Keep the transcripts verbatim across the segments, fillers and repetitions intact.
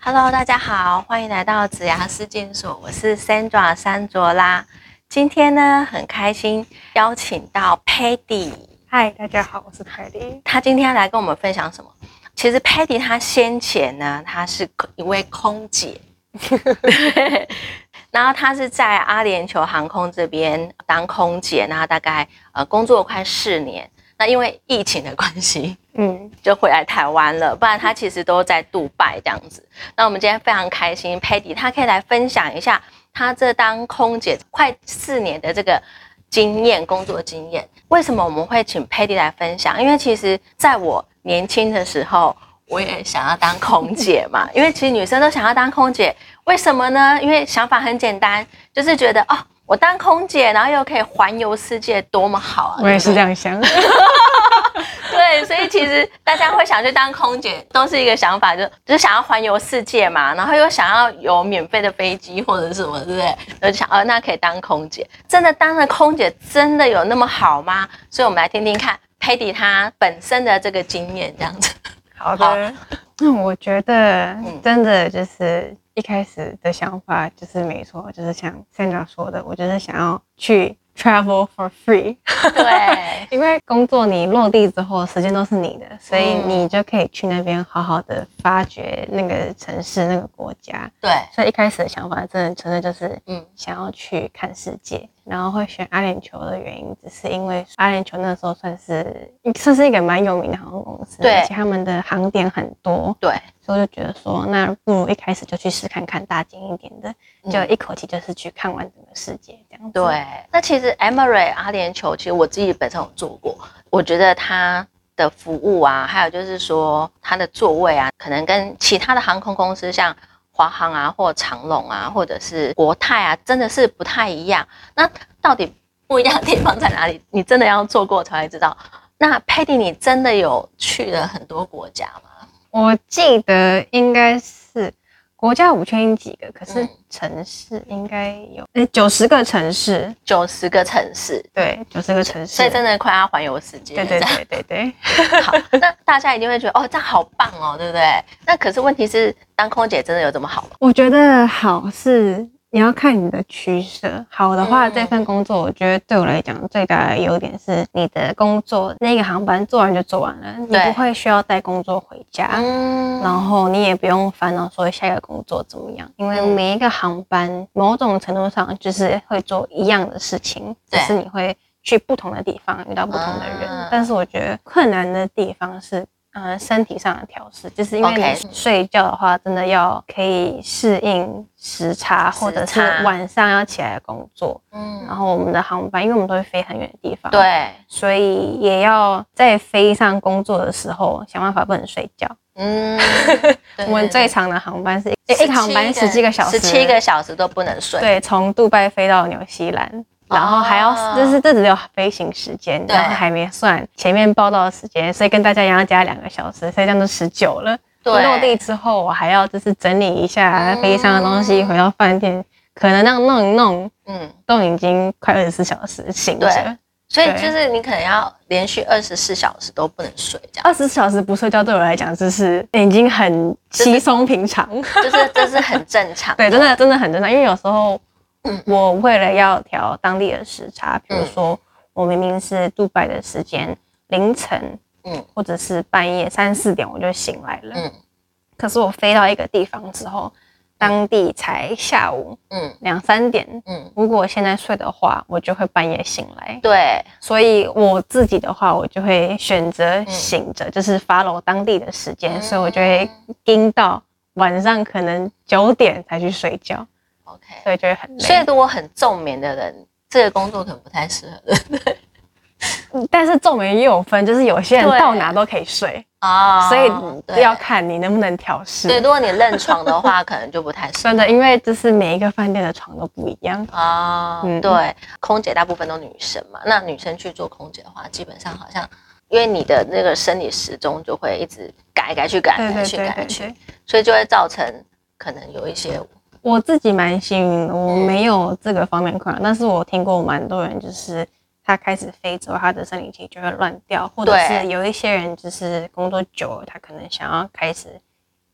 Hello， 大家好，欢迎来到子牙事件所，我是 Sandra 山卓拉。今天呢，很开心邀请到 Paddy。 嗨，大家好，我是 Paddy。 他今天要来跟我们分享什么？其实 Paddy 他先前呢，他是一位空姐，对，然后他是在阿联酋航空这边当空姐，然后大概呃工作快四年。那因为疫情的关系，嗯，就回来台湾了，不然他其实都在杜拜这样子。那我们今天非常开心 ，Paddy 他可以来分享一下他这当空姐快四年的这个经验，工作经验。为什么我们会请 Paddy 来分享？因为其实在我年轻的时候，我也想要当空姐嘛，因为其实女生都想要当空姐，为什么呢？因为想法很简单，就是觉得哦。我当空姐，然后又可以环游世界，多么好啊！ 我也是这样想。 对，所以其实大家会想去当空姐，都是一个想法，就就是想要环游世界嘛，然后又想要有免费的飞机或者什么，对不对？就想哦，那可以当空姐。真的当了空姐，真的有那么好吗？所以我们来听听看 Paddy 她本身的这个经验，这样子。 好的，那我觉得真的就是一开始的想法就是没错，就是像 Sandra 说的，我就是想要去 travel for free。 对， 因为工作你落地之后，时间都是你的，所以你就可以去那边好好的发掘那个城市、那个国家。 对， 所以一开始的想法真的纯粹就是，嗯，想要去看世界。然后会选阿联酋的原因，只是因为阿联酋那时候算是算是一个蛮有名的航空公司， 对， 而且他们的航点很多， 对， 所以我就觉得说，那不如一开始就去试看看大间一点的，就一口气就是去看完整个世界这样子。 对，那其实 Emirates 阿联酋，其实我自己本身有做过，我觉得它的服务啊，还有就是说它的座位啊，可能跟其他的航空公司像华航啊，或长荣啊，或者是国泰啊，真的是不太一样。那到底不一样的地方在哪里？你真的要做过才会知道。那 Paddy 你真的有去了很多国家吗？ 我记得应该是国家我不确定几个，可是城市应该有诶九十个城市， 九十个城市， 对，九十个城市， 所以真的快要环游世界。 对对对对对。 好，那大家一定会觉得哦，这样好棒哦，对不对？那可是问题是，当空姐真的有这么好吗？ 我觉得好是你要看你的取舍。好的话，嗯、这份工作我觉得对我来讲最大的优点是，你的工作那个航班做完就做完了，你不会需要带工作回家，嗯、然后你也不用烦恼说下一个工作怎么样，因为每一个航班某种程度上就是会做一样的事情，只是你会去不同的地方遇到不同的人。嗯、但是我觉得困难的地方是。呃，身体上的调试，就是因为你睡觉的话，真的要可以适应时差，或者是晚上要起来工作。嗯，然后我们的航班，因为我们都会飞很远的地方， 对， 所以也要在飞上工作的时候想办法不能睡觉。嗯，我们最长的航班是一个航班十七个小时， 十七个小时都不能睡。 对，从杜拜飞到纽西兰。然后还要，就是这只有飞行时间，然后还没算前面报到的时间，所以跟大家一样要加两个小时，所以这样就十九了。对，落地之后我还要就是整理一下飞机上的东西，回到饭店，可能那样弄一弄，嗯，都已经快二十四小时醒着。 所以就是你可能要连续二十四小时都不能睡，这样。 二十四小时不睡觉对我来讲，就是已经很稀松平常， 就是这是很正常。 对，真的真的很正常，因为有时候。我为了要调当地的时差，比如说我明明是杜拜的时间凌晨，嗯，或者是半夜三四点我就醒来了，嗯，可是我飞到一个地方之后，当地才下午，嗯，两三点，嗯，如果我现在睡的话，我就会半夜醒来， 对， 所以我自己的话，我就会选择醒着，就是 follow 当地的时间，所以我就会盯到晚上可能九点才去睡觉。 OK， 所以就会很累。 所以如果很重眠的人，这个工作可能不太适合，对不对？ 但是重眠也有分，就是有些人到哪都可以睡啊，所以要看你能不能调试。 对，如果你认床的话，可能就不太适合。 真的，因为就是每一个饭店的床都不一样啊。嗯，对，空姐大部分都女生嘛，那女生去做空姐的话，基本上好像因为你的那个生理时钟就会一直改改去改改去改去，所以就会造成可能有一些。 我自己蛮幸运的，我没有这个方面困扰，但是我听过蛮多人，就是他开始飞之后，他的生理期就会乱掉，或者是有一些人就是工作久了，他可能想要开始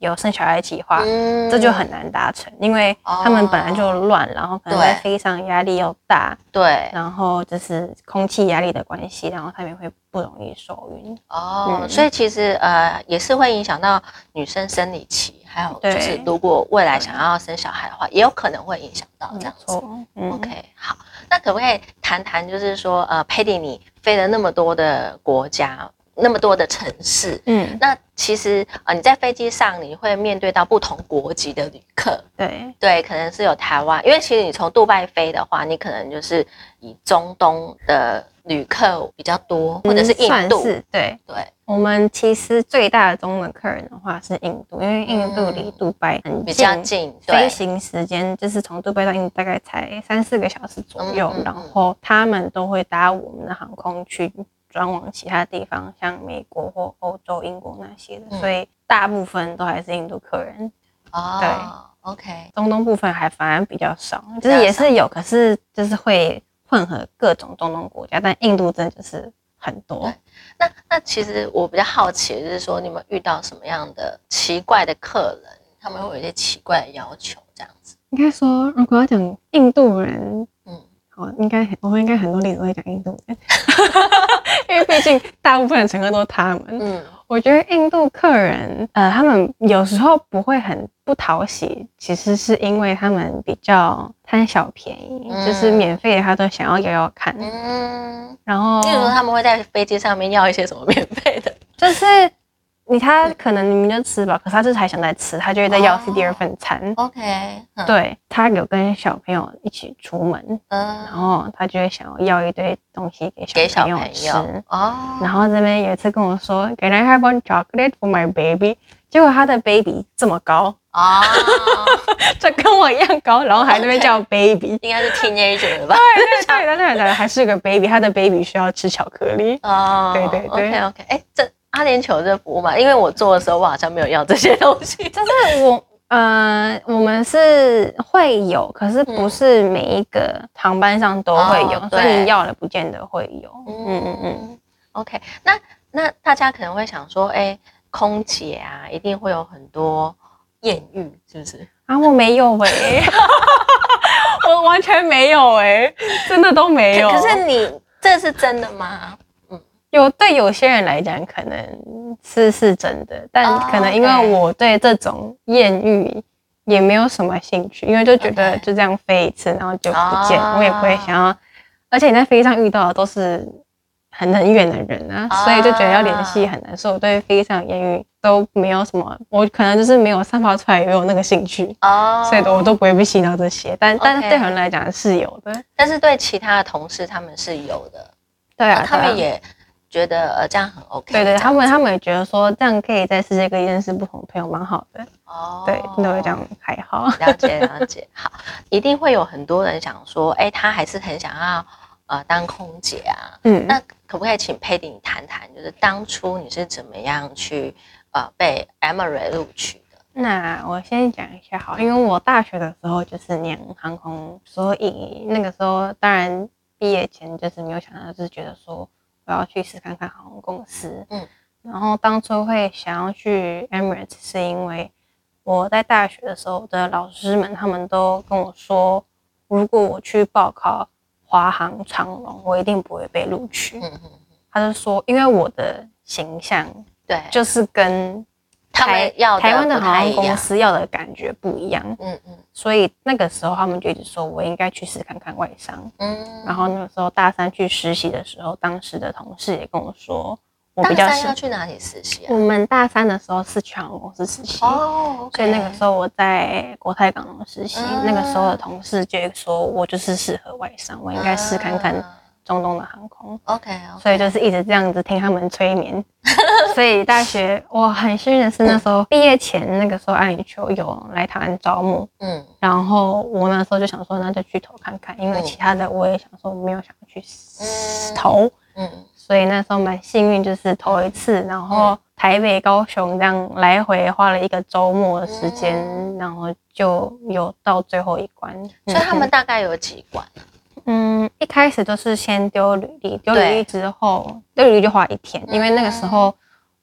有生小孩计划， 嗯这就很难达成，因为他们本来就乱，然后可能在飞上压力又大， 对， 然后就是空气压力的关系，然后他们会不容易受孕。 哦， 嗯所以其实呃也是会影响到女生生理期，还有就是如果未来想要生小孩的话，也有可能会影响到这样子。 嗯 OK， 好，那可不可以谈谈，就是说呃 Patty 你飞了那么多的国家，那么多的城市，嗯，那其实呃你在飞机上你会面对到不同国籍的旅客， 对对，可能是有台湾，因为其实你从杜拜飞的话，你可能就是以中东的旅客比较多，或者是印度， 嗯、对对。 我们其实最大的中文客人的话是印度，因为印度离杜拜很近， 比较近， 飞行时间就是从杜拜到印度大概才三四个小时左右，嗯嗯嗯，然后他们都会搭我们的航空去转往其他地方，像美国或欧洲、英国那些的，嗯、所以大部分都还是印度客人。 哦，对 ，OK， 中东部分还反而比较少，就是也是有，可是就是会混合各种中东国家，但印度真的就是很多。 那那其实我比较好奇的就是说，你们遇到什么样的奇怪的客人？他们会有一些奇怪的要求，这样子。 应该说，如果要讲印度人，嗯，好，应该我们应该很多例子会讲印度人，因为毕竟大部分的乘客都是他们。嗯，我觉得印度客人，呃，他们有时候不会很不讨喜，其实是因为他们比较贪小便宜，嗯、就是免费的他都想要要要看。嗯，然后， 例如说他们会在飞机上面要一些什么免费的， 就是。你他可能明明就吃饱，可是他就是还想再吃，他就会再要第二份餐。 Oh, OK， 嗯、 对，他有跟小朋友一起出门，嗯，然后他就会想要要一堆东西给小朋友吃。哦，然后这边有一次跟我说 ，Can I have one chocolate for my baby？ 结果他的 baby 这么高，哦，就跟我一样高，然后还那边叫 baby， 应该是 teenager 了吧？ 对对对，对对，还是个 baby， 他的 baby 需要吃巧克力。哦，对对对 ，OK OK， 哎，这。阿联酋这服务嘛，因为我做的时候我好像没有要这些东西， 就是我呃，我们是会有，可是不是每一个航班上都会有，哦、所以你要了不见得会有。嗯嗯嗯 ，OK， 那那大家可能会想说，哎、欸，空姐啊，一定会有很多艳遇，是不是？ 啊，我没有哎、欸，我完全没有哎、欸，真的都没有。 可, 可是你这是真的吗？ 有对有些人来讲可能是是真的，但可能因为我对这种艳遇也没有什么兴趣，因为就觉得就这样飞一次，然后就不见，我也不会想要。而且你在飞机上遇到的都是很很远的人啊，所以就觉得要联系很难，所以我对飞机上的艳遇都没有什么，我可能就是没有散发出来，也有那个兴趣，所以我都不会被吸到这些。但但是对很多人来讲是有的， 但是对其他的同事他们是有的， 对啊， 他们也。觉得呃这样很 OK， 对对，他们他们也觉得说这样可以在世界各地认识不同的朋友，蛮好的。哦，对，真的会这样还好。 了解了解，好，一定会有很多人想说，哎、欸，他还是很想要呃当空姐啊。嗯，那可不可以请 Patty 你谈谈，就是当初你是怎么样去呃被 Emirates 录取的？ 那我先讲一下好，因为我大学的时候就是念航空，所以那个时候当然毕业前就是没有想到，就是觉得说。我要去试看看航空公司，嗯，然后当初会想要去 Emirates 是因为我在大学的时候的老师们他们都跟我说，如果我去报考华航、长荣，我一定不会被录取。嗯嗯，他就说，因为我的形象对，就是跟他们要台湾的航空公司要的感觉不一样，嗯嗯，所以那个时候他们就一直说我应该去试看看外商，嗯，然后那个时候大三去实习的时候，当时的同事也跟我说，我比较大三要去哪里实习啊？ 我们大三的时候是去航空公司实习，哦， okay， 所以那个时候我在国泰港龙实习，嗯，那个时候的同事就说我就是适合外商，我应该试看看中东的航空 ，OK，, okay， 所以就是一直这样子听他们催眠。所以大学我很幸运的是，那时候毕业前那个时候阿联酋有来台湾招募，嗯，然后我那时候就想说，那就去投看看，因为其他的我也想说没有想去投，嗯，所以那时候蛮幸运，就是投一次，然后台北、高雄这样来回花了一个周末的时间，然后就有到最后一关。 所以他们大概有几关啊？ 嗯，一开始都是先丢履历，丢履历之后，丢履历就花一天，因为那个时候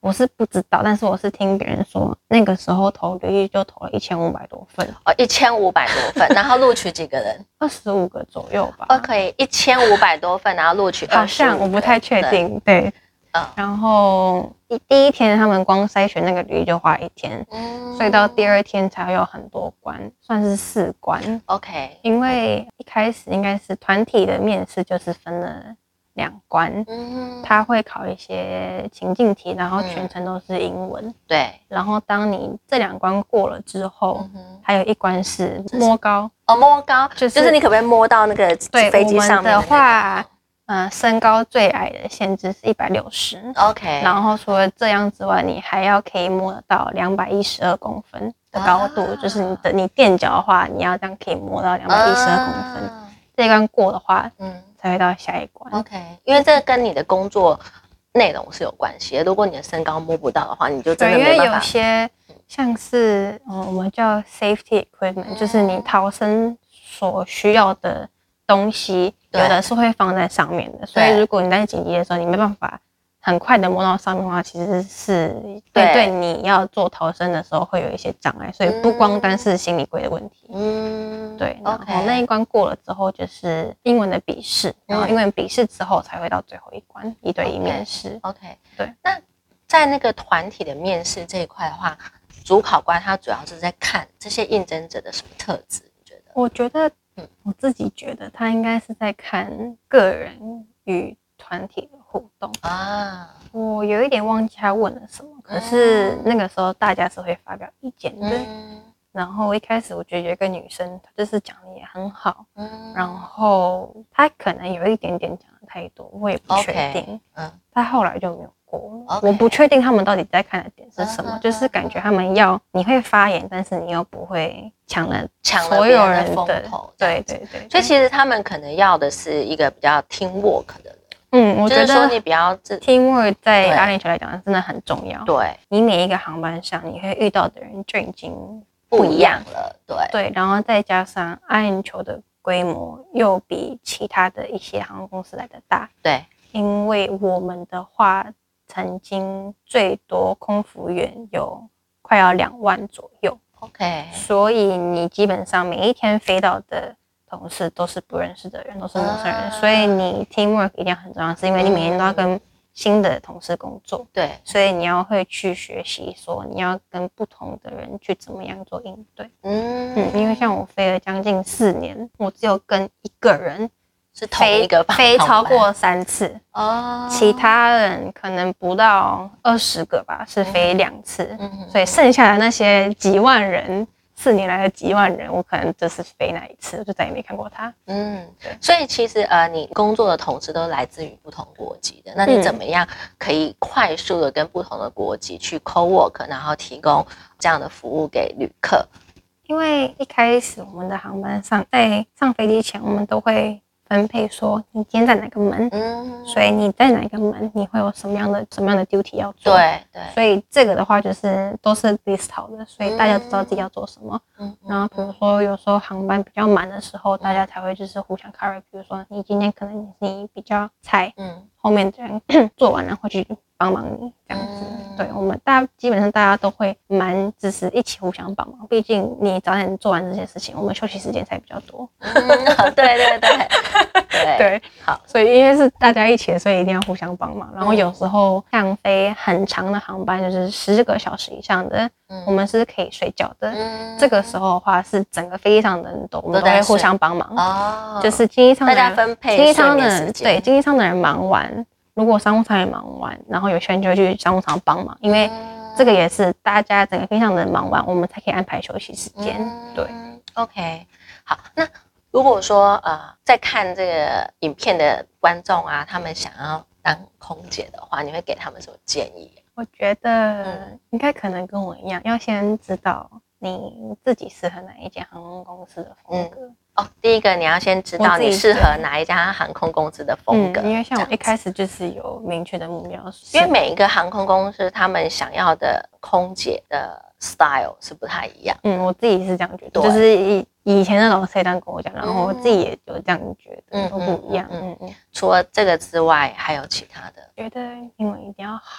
我是不知道，但是我是听别人说，那个时候投履历就投了一千五百多份哦，一千五百多份，然后录取几个人？ 二十五个左右吧。 OK， 一千五百多份，然后录取好像我不太确定，对。嗯，然后第一天他们光筛选那个履历就花一天，嗯，所以到第二天才会有很多关，算是四关。 OK， 因为一开始应该是团体的面试，就是分了两关，嗯，他会考一些情境题，然后全程都是英文。嗯， 对。 然后当你这两关过了之后，嗯，还有一关是摸高。 哦，摸高，就是、就是你可不可以摸到那个飞机上面的、那個、 的话？呃，身高最矮的限制是一百六十 ，OK。 然后除了这样之外，你还要可以摸得到两百一十二公分的高度，啊、就是你的你垫脚的话，你要这样可以摸到两百一十二公分。啊、这一关过的话，嗯，才会到下一关。 OK， 因为这跟你的工作内容是有关系的。如果你的身高摸不到的话，你就真的没办法。 对，因为有些像是嗯，我们叫 safety equipment，、嗯、就是你逃生所需要的东西。有的是会放在上面的，所以如果你在紧急的时候，你没办法很快的摸到上面的话，其实是对对你要做逃生的时候会有一些障碍，所以不光单是心理规的问题。嗯，对。然后那一关过了之后，就是英文的笔试，然后英文笔试之后才会到最后一关一对一面试。 OK， 对。那在那个团体的面试这一块的话，主考官他主要是在看这些应征者的什么特质？你觉得？ 我觉得。嗯，我自己觉得他应该是在看个人与团体的互动啊。我有一点忘记他问了什么，可是那个时候大家是会发表意见的。嗯、然后一开始我觉得有一个女生，她就是讲的也很好，嗯、然后她可能有一点点讲的太多，我也不确定。Okay, 嗯，她后来就没有。Okay. 我不确定他们到底在看的点是什么， uh-huh. 就是感觉他们要你会发言，但是你又不会抢了抢所有人的风头， 对对对。 所以其实他们可能要的是一个比较 teamwork 的人。 嗯，我觉得就是说你比较 teamwork 在阿联酋来讲真的很重要。 对， 你每一个航班上你会遇到的人就已经不一样了。对对，然后再加上阿联酋的规模又比其他的一些航空公司来的大。 对， 因为我们的话。曾经最多空服员有快要两万左右 ，OK， 所以你基本上每一天飞到的同事都是不认识的人，都是陌生人，啊、所以你 teamwork 一定很重要，是因为你每天都要跟新的同事工作， 对， 所以你要会去学习说你要跟不同的人去怎么样做应对，嗯嗯，因为像我飞了将近四年，我只有跟一个人。 是同一个飞超过三次哦，其他人可能不到二十个吧，是飞两次，嗯，所以剩下的那些几万人，四年来的几万人，我可能就是飞那一次，我就再也没看过他。嗯， 对。所以其实呃，你工作的同事都来自于不同国籍的，那你怎么样可以快速的跟不同的国籍去 co-work， 然后提供这样的服务给旅客？ 因为一开始我们的航班上，在上飞机前，我们都会。分配说你今天在哪个门，嗯，所以你在哪个门，你会有什么样的什么样的 duty 要做？ 对对， 所以这个的话就是都是 list 好的，所以大家知道自己要做什么。嗯，然后比如说有时候航班比较满的时候，大家才会就是互相 cover。比如说你今天可能你比较菜，嗯，后面的人做完了会去帮忙你这样子。嗯、对，我们大家基本上大家都会蛮支持一起互相帮忙，毕竟你早点做完这些事情，我们休息时间才比较多。 嗯，对对对。对对，好，所以因为是大家一起的，所以一定要互相帮忙。然后有时候像飞很长的航班，就是十个小时以上的，嗯、我们是可以睡觉的。嗯、这个时候的话，是整个飞机上的人都我们都会互相帮忙。哦，就是经济舱的人， 大家分配经济舱的人，对，经济舱的人忙完，如果商务舱也忙完，然后有些人就会去商务舱帮忙，因为这个也是大家整个飞机上的人忙完，我们才可以安排休息时间。嗯、对 ，OK， 好，那。如果说呃，在看这个影片的观众啊，他们想要当空姐的话，你会给他们什么建议？ 我觉得应该可能跟我一样，要先知道你自己适合哪一间航空公司的风格。嗯、 哦，第一个你要先知道你适合哪一家航空公司的风格。 嗯、因为像我一开始就是有明确的目标， 因为每一个航空公司他们想要的空姐的 style 是不太一样。 嗯，我自己是这样觉得，就是以以前的老师也这样跟我讲，然后我自己也就这样觉得，嗯、都不一样。嗯嗯。 除了这个之外，还有其他的？ 觉得英文一定要好。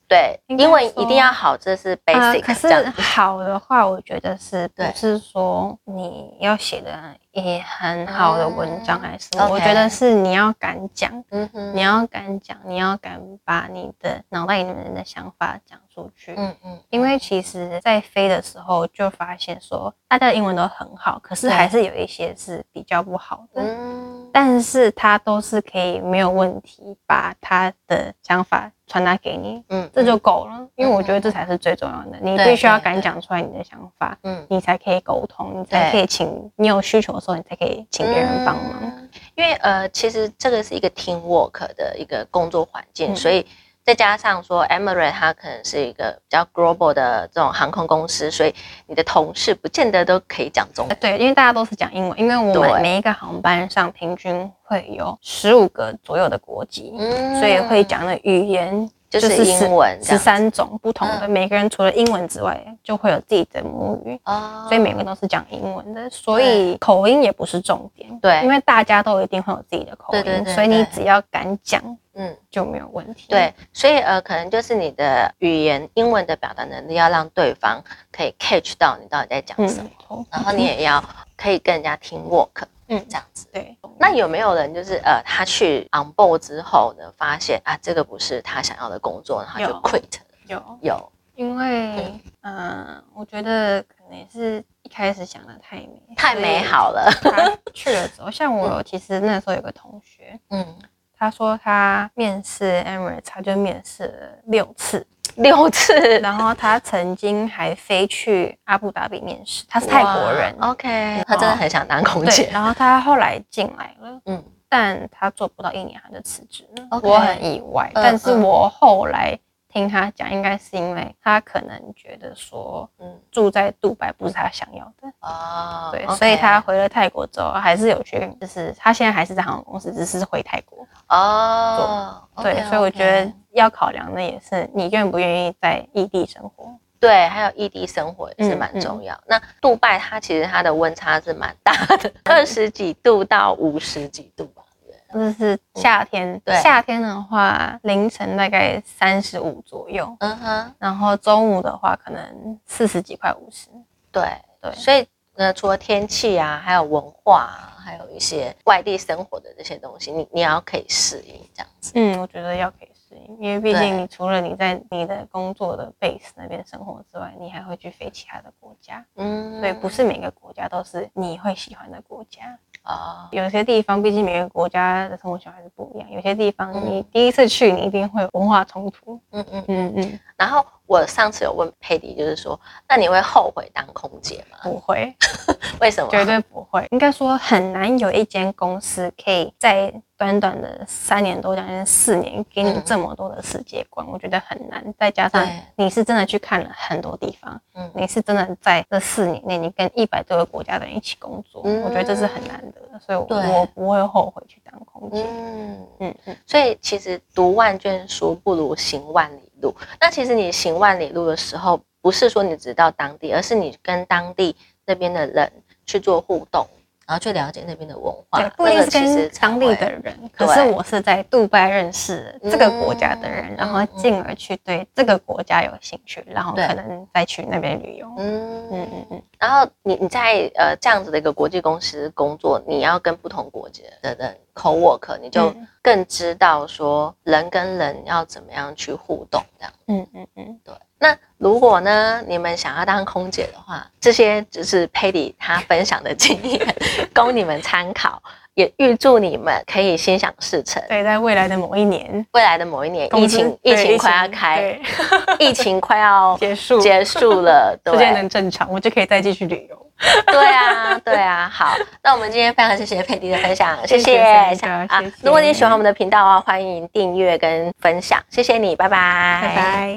对，英文一定要好，这是 basic、呃。 可是好的话，我觉得是不是说你要写的也很好的文章还是什么？嗯、我觉得是你要敢讲，嗯哼，你要敢讲，你要敢把你的脑袋里面的想法讲出去。嗯嗯，因为其实在飞的时候就发现说，大家的英文都很好，可是还是有一些是比较不好的。嗯，但是他都是可以没有问题把他的想法传达给你，嗯，这就够了。因为我觉得这才是最重要的，你必须要敢讲出来你的想法，嗯，你才可以沟通，你才可以请你有需求的时候，你才可以请别人帮忙。嗯、 因为呃，其实这个是一个 teamwork 的一个工作环境，嗯、所以再加上说 Emirates 它可能是一个比较 global 的这种航空公司，所以你的同事不见得都可以讲中文。 对，因为大家都是讲英文，因为我们每一个航班上平均会有十五个左右的国籍，嗯、所以会讲的语言。 就是英文十三种不同的、嗯，每个人除了英文之外，就会有自己的母语，哦、所以每个人都是讲英文的，所以口音也不是重点，对，因为大家都一定会有自己的口音，对对对对，所以你只要敢讲，嗯，就没有问题。 对，所以呃，可能就是你的语言英文的表达能力要让对方可以 catch 到你到底在讲什么，嗯、然后你也要可以跟人家 teamwork。嗯，这样子。对，那有没有人就是呃，他去 on board 之后呢，发现啊，这个不是他想要的工作，然后就 quit 了？ 有有， 因为嗯、呃，我觉得可能也是一开始想的太美太美好了。 他去了之后，像我其实那时候有个同学，嗯，他说他面试 Emirates， 他就面试了六次。 六次， 然后他曾经还飞去阿布达比面试，他是泰国人 ，OK， 他真的很想当空姐。 然后他后来进来了，嗯，但他做不到一年他就辞职了， okay, 我很意外。嗯、但是我后来听他讲，应该是因为他可能觉得说，嗯，住在杜拜不是他想要的哦，对， okay, 所以他回了泰国之后，还是有去，就是他现在还是在航空公司，只是回泰国哦，对， okay, 所以我觉得。要考量的也是你愿不愿意在异地生活， 对，还有异地生活也是蛮重要。嗯嗯、那杜拜它其实它的温差是蛮大的，二十几度到五十几度吧， 就是夏天。嗯、对，夏天的话凌晨大概三十五左右，嗯哼，然后中午的话可能四十几快五十。 对对，所以呃，除了天气啊，还有文化啊，还有一些外地生活的这些东西，你你要可以适应这样子。 嗯，我觉得要可以。因为毕竟你除了你在你的工作的 base 那边生活之外，你还会去飞其他的国家，嗯，所以不是每个国家都是你会喜欢的国家啊。有些地方毕竟每个国家的生活习惯还是不一样，有些地方你第一次去你一定会有文化冲突，嗯嗯嗯嗯。然后我上次有问佩迪，就是说，那你会后悔当空姐吗？ 不会， 为什么？ 绝对不会。应该说很难有一间公司可以在短短的三年多，将近四年，给你这么多的世界观，嗯、我觉得很难。再加上你是真的去看了很多地方，嗯，你是真的在这四年内，你跟一百多个国家的人一起工作，嗯、我觉得这是很难得的，所以我不会后悔去当空姐。嗯嗯嗯。所以其实读万卷书不如行万里路。那其实你行万里路的时候，不是说你只到当地，而是你跟当地那边的人去做互动。然后去了解那边的文化， 对，不一定是跟当地的人，可是我是在杜拜认识这个国家的人，嗯、然后进而去对这个国家有兴趣，然后可能再去那边旅游。嗯嗯嗯嗯。然后你你在呃这样子的一个国际公司工作，你要跟不同国家的人 co-work， 你就更知道说人跟人要怎么样去互动这样。嗯嗯嗯，对。那如果呢，你们想要当空姐的话，这些就是佩蒂她分享的经验，供你们参考。也预祝你们可以心想事成。 对，在未来的某一年， 未来的某一年，疫情疫情快要开，疫情快要结束结束了，对， 世界能正常，我就可以再继续旅游。 对啊，对啊，好，那我们今天非常谢谢佩蒂的分享，谢谢谢谢啊！ 如果你喜欢我们的频道啊，欢迎订阅跟分享，谢谢你，拜拜， 拜拜。